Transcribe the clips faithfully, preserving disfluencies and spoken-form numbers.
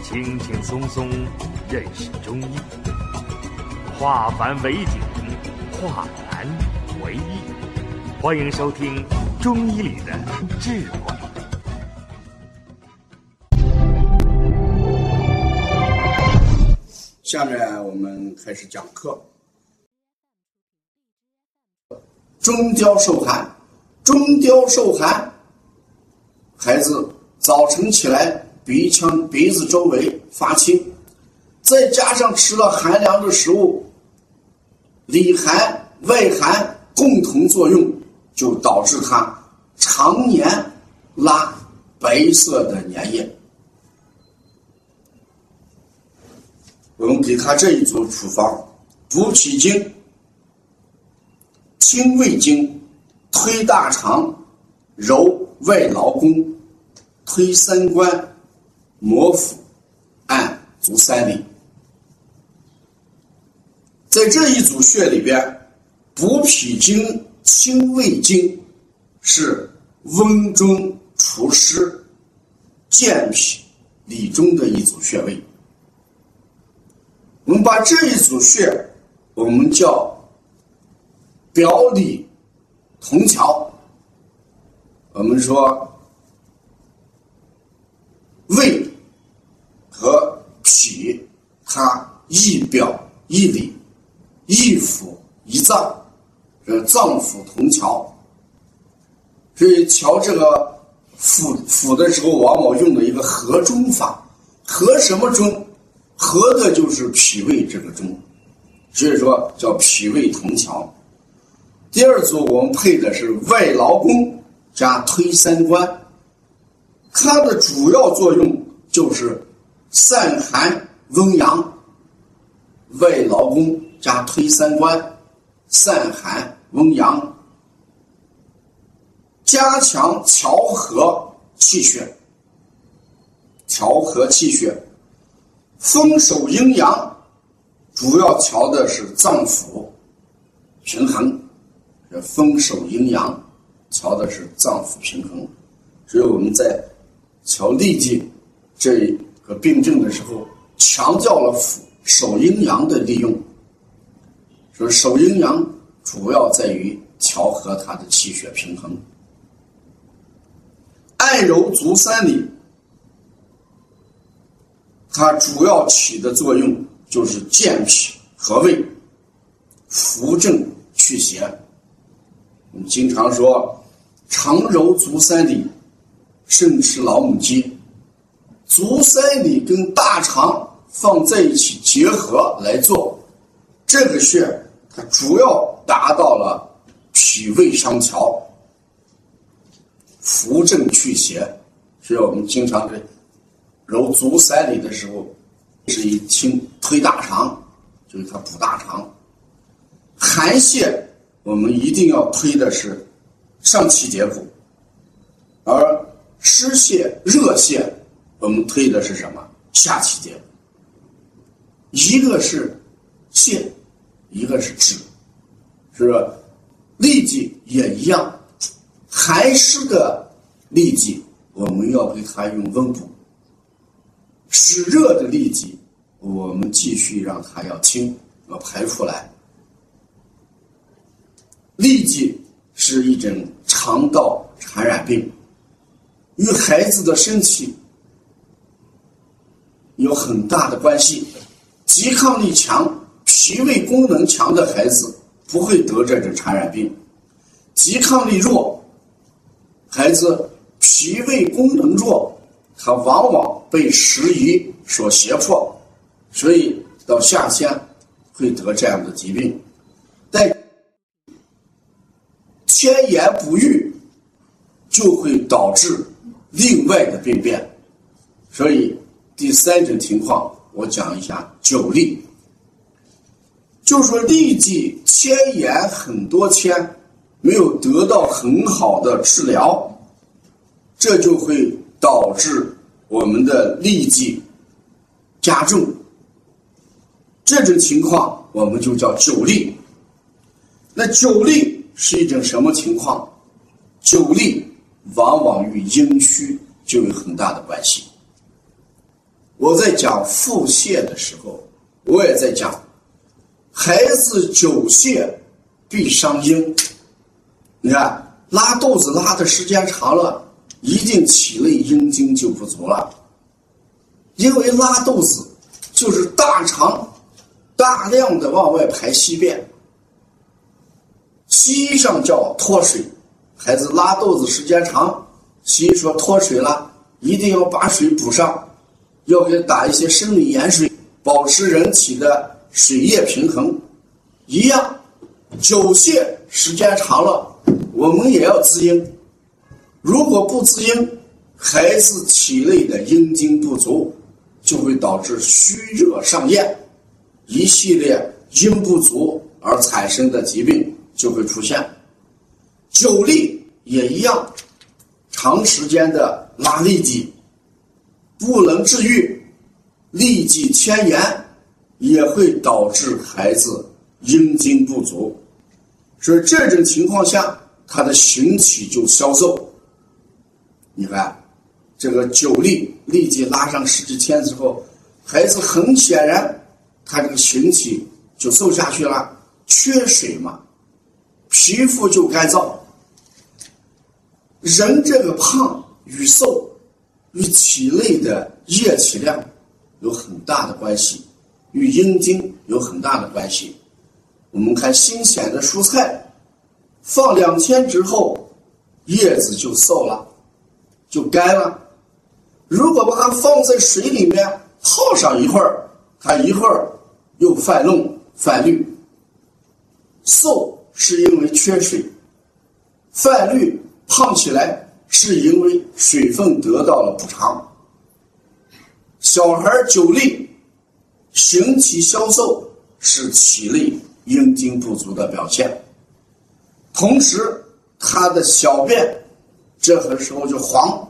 轻轻松松认识中医，化繁为简，化难为易。欢迎收听《中医里的智慧》。 下面我们开始讲课。中焦受寒，中焦受寒，孩子早晨起来鼻腔鼻子周围发青，再加上吃了寒凉的食物，里寒外寒共同作用，就导致他常年拉白色的粘液。我们给他这一组处方：补脾经、清胃经、推大肠、揉外劳宫、推三关、摩腹、按足三里。在这一组穴里边，补脾经、清胃经是温中除湿、健脾理中的一组穴位。我们把这一组穴我们叫表里同调。我们说胃和脾它一表一里，一腑一脏，这脏腑同调。所以调这个腑腑的时候，往往用的一个合中法。合什么中？合的就是脾胃这个中，所以说叫脾胃同调。第二组我们配的是外劳宫加推三关，它的主要作用就是散寒温阳。外劳宫加推三关，散寒温阳，加强调和气血，调和气血。丰收阴阳，主要调的是脏腑平衡。这丰收阴阳调的是脏腑平衡，所以我们在调痢疾这个病症的时候，强调了腑守阴阳的利用。说守阴阳主要在于调和它的气血平衡。按揉足三里，它主要起的作用就是健脾和胃，扶正祛邪。我们经常说常揉足三里，胜吃老母鸡。足三里跟大肠放在一起结合来做，这个穴它主要达到了脾胃相调，扶正祛邪。所以我们经常对揉足三里的时候，是以清推大肠，就是它补大肠。寒泻我们一定要推的是上气结骨，而湿泻热泻我们推的是什么？下气结骨。一个是泻，一个是治，是吧？痢疾也一样，寒湿的痢疾我们要给它用温补，湿热的痢疾我们继续让它要清，要排出来。痢疾是一种肠道传染病，与孩子的身体有很大的关系。抵抗力强、脾胃功能强的孩子不会得这种传染病，抵抗力弱，孩子脾胃功能弱，他往往被时宜所胁迫，所以到夏天会得这样的疾病。但天炎不愈就会导致另外的病变。所以第三种情况我讲一下久痢。就说痢疾天炎很多天没有得到很好的治疗，这就会导致我们的痢疾加重，这种情况我们就叫久痢。那久痢是一种什么情况？久痢往往与阴虚就有很大的关系。 我在讲腹泻的时候，我也在讲，孩子久泻必伤阴。你看，拉肚子拉的时间长了，一定体内阴精就不足了。因为拉肚子就是大肠大量的往外排稀便，西医上叫脱水。孩子拉肚子时间长，西医说脱水了，一定要把水补上，要给打一些生理盐水，保持人体的水液平衡。一样，久泻时间长了，我们也要滋阴。如果不滋阴，孩子体内的阴精不足，就会导致虚热上炎，一系列阴不足而产生的疾病就会出现。久痢也一样，长时间的拉痢疾不能治愈，痢疾添炎也会导致孩子阴精不足，所以这种情况下他的形体就消瘦。你看这个久痢痢疾拉上十几天之后，孩子很显然他这个形体就瘦下去了，缺水嘛，皮肤就干燥。人这个胖与瘦与体内的液体量有很大的关系，与阴精有很大的关系。我们看新鲜的蔬菜，放两天之后叶子就瘦了，就干了。如果把它放在水里面泡上一会儿，它一会儿又泛弄泛绿。瘦是因为缺水，泛绿胖起来是因为水分得到了补偿。小孩久痢形体消瘦是体内阴精不足的表现，同时他的小便这个时候就黄，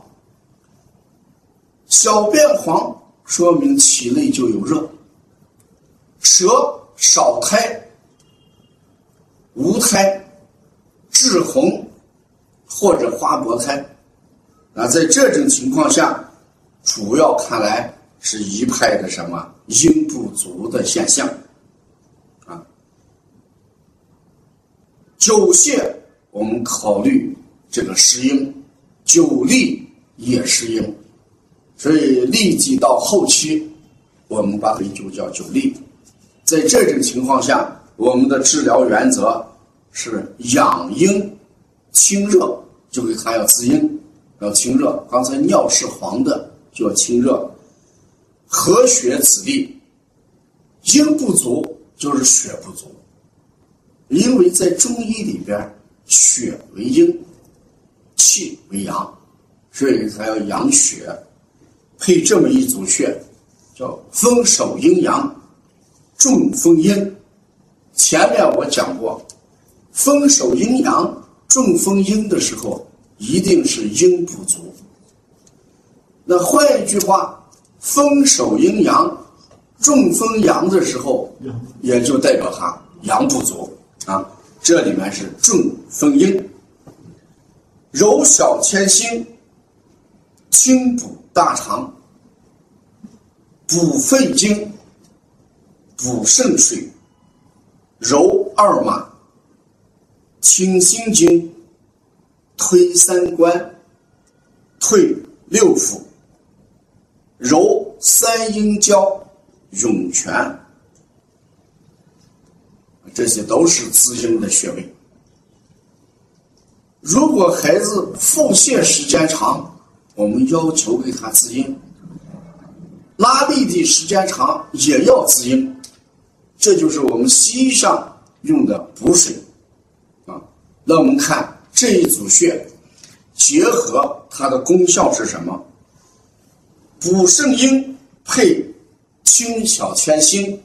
小便黄说明体内就有热。舌少苔、无苔、质红或者花薄苔，那在这种情况下，主要看来是一派的什么阴不足的现象啊。久泻我们考虑这个湿阴，久痢也湿阴，所以痢疾到后期我们把它就叫久痢。在这种情况下，我们的治疗原则是养阴清热，就给他要滋阴，要清热。刚才尿是黄的，就要清热。和血子痢，阴不足就是血不足，因为在中医里边，血为阴，气为阳，所以才要养血。配这么一组穴，叫分手阴阳，中分阴。前面我讲过，分手阴阳中分阴的时候，一定是阴不足。那换一句话，分手阴阳中分阳的时候，也就代表它阳不足啊。这里面是中分阴。揉小牵心，清补大肠，补肺经，补肾水，揉二马，清心经，推三关，退六腑，揉三阴交、涌泉，这些都是滋阴的穴位。如果孩子腹泻时间长，我们要求给他滋阴；拉痢疾时间长也要滋阴，这就是我们西医上用的补水啊。那我们看这一组穴结合它的功效是什么？补肾阴配清小牵心，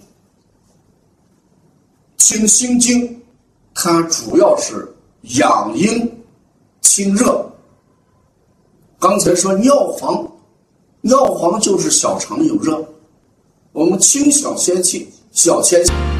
清心经，它主要是养阴清热。刚才说尿黄，尿黄就是小肠有热，我们清小牵气，小牵心。